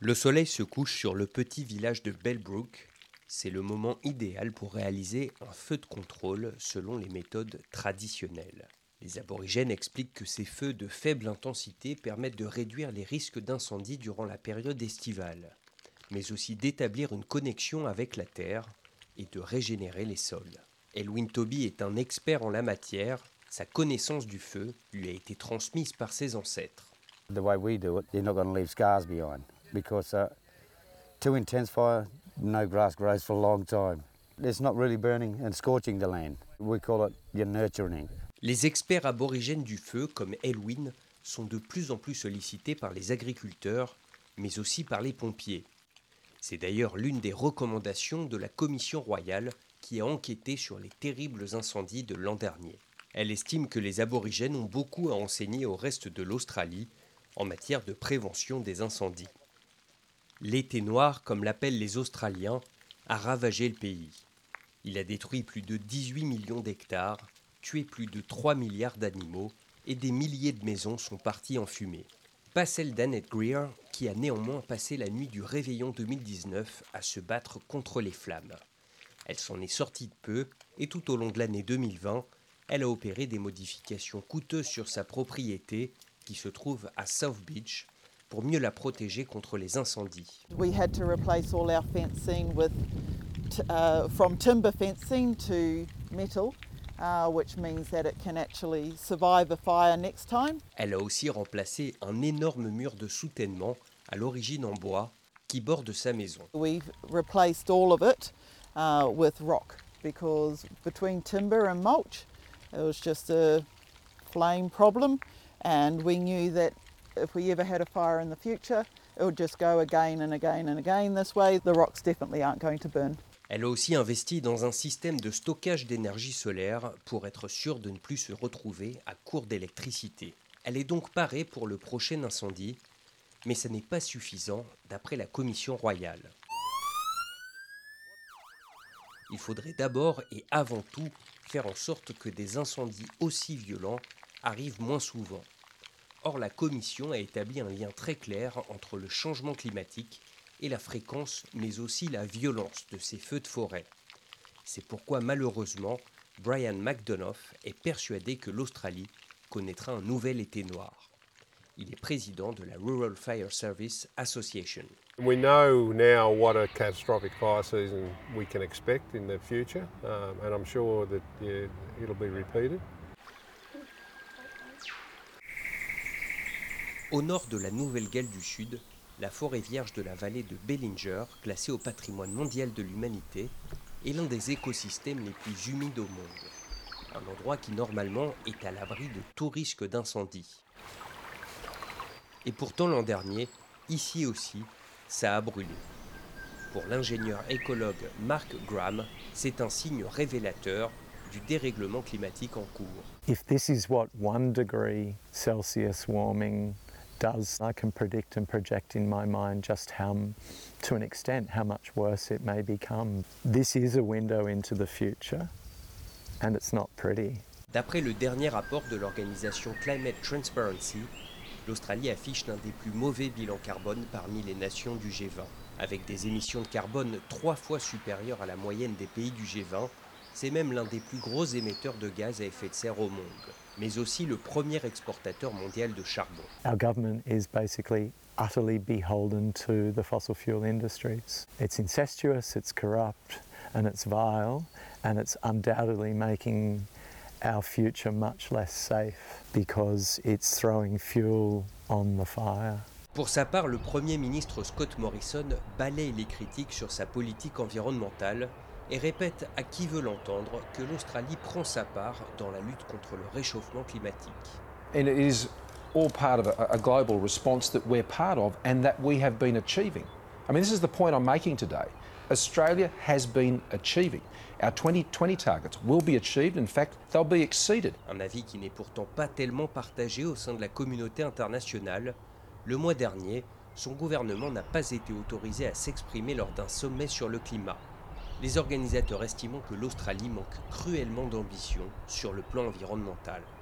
Le soleil se couche sur le petit village de Bellbrook. C'est le moment idéal pour réaliser un feu de contrôle selon les méthodes traditionnelles. Les aborigènes expliquent que ces feux de faible intensité permettent de réduire les risques d'incendie durant la période estivale, mais aussi d'établir une connexion avec la terre et de régénérer les sols. Elwyn Toby est un expert en la matière. Sa connaissance du feu lui a été transmise par ses ancêtres. The way we do it, you're not going to leave scars behind because too intense fire, no grass grows for a long time. It's not really burning and scorching the land. We call it your nurturing. Les experts aborigènes du feu, comme Elwyn, sont de plus en plus sollicités par les agriculteurs, mais aussi par les pompiers. C'est d'ailleurs l'une des recommandations de la Commission royale qui a enquêté sur les terribles incendies de l'an dernier. Elle estime que les aborigènes ont beaucoup à enseigner au reste de l'Australie en matière de prévention des incendies. L'été noir, comme l'appellent les Australiens, a ravagé le pays. Il a détruit plus de 18 millions d'hectares, tué plus de 3 milliards d'animaux et des milliers de maisons sont parties en fumée. Pas celle d'Annette Greer, qui a néanmoins passé la nuit du réveillon 2019 à se battre contre les flammes. Elle s'en est sortie de peu et tout au long de l'année 2020, elle a opéré des modifications coûteuses sur sa propriété qui se trouve à South Beach pour mieux la protéger contre les incendies. We had to replace all our fencing from timber fencing to metal, which means that it can actually survive a fire next time. Elle a aussi remplacé un énorme mur de soutènement, à l'origine en bois, qui borde sa maison. We've replaced all of it with rock because between timber and mulch, it was just a flame problem, and we knew that if we ever had a fire in the future, it would just go again and again and again this way. The rocks definitely aren't going to burn. Elle a aussi investi dans un système de stockage d'énergie solaire pour être sûre de ne plus se retrouver à court d'électricité. Elle est donc parée pour le prochain incendie, mais ce n'est pas suffisant d'après la Commission royale. Il faudrait d'abord et avant tout faire en sorte que des incendies aussi violents arrivent moins souvent. Or, la Commission a établi un lien très clair entre le changement climatique et la fréquence, mais aussi la violence de ces feux de forêt. C'est pourquoi, malheureusement, Brian McDonough est persuadé que l'Australie connaîtra un nouvel été noir. Il est président de la Rural Fire Service Association. We know now what a catastrophic fire season we can expect in the future, and I'm sure that it'll be repeated. Au nord de la Nouvelle-Galles du Sud, la forêt vierge de la vallée de Bellinger, classée au patrimoine mondial de l'humanité, est l'un des écosystèmes les plus humides au monde. Un endroit qui normalement est à l'abri de tout risque d'incendie. Et pourtant l'an dernier, ici aussi, ça a brûlé. Pour l'ingénieur écologue Mark Graham, c'est un signe révélateur du dérèglement climatique en cours. If this is what 1 degree Celsius warming does, I can predict and project in my mind just to an extent, how much worse it may become. This is a window into the future, and it's not pretty. D'après le dernier rapport de l'organisation Climate Transparency, l'Australie affiche l'un des plus mauvais bilans carbone parmi les nations du G20. Avec des émissions de carbone 3 fois supérieures à la moyenne des pays du G20, c'est même l'un des plus gros émetteurs de gaz à effet de serre au monde, mais aussi le premier exportateur mondial de charbon. Our government is basically utterly beholden to the fossil fuel industries. It's incestuous, it's corrupt, and it's vile, and it's undoubtedly making our future much less safe because it's throwing fuel on the fire. Pour sa part, le Premier ministre Scott Morrison balaye les critiques sur sa politique environnementale et répète à qui veut l'entendre que l'Australie prend sa part dans la lutte contre le réchauffement climatique. And it is all part of a global response that we're part of and that we have been achieving. I mean, this is the point I'm making today. Australia has been achieving. Our 2020 targets will be achieved. In fact, they'll be exceeded. Un avis qui n'est pourtant pas tellement partagé au sein de la communauté internationale. Le mois dernier, son gouvernement n'a pas été autorisé à s'exprimer lors d'un sommet sur le climat. Les organisateurs estimant que l'Australie manque cruellement d'ambition sur le plan environnemental.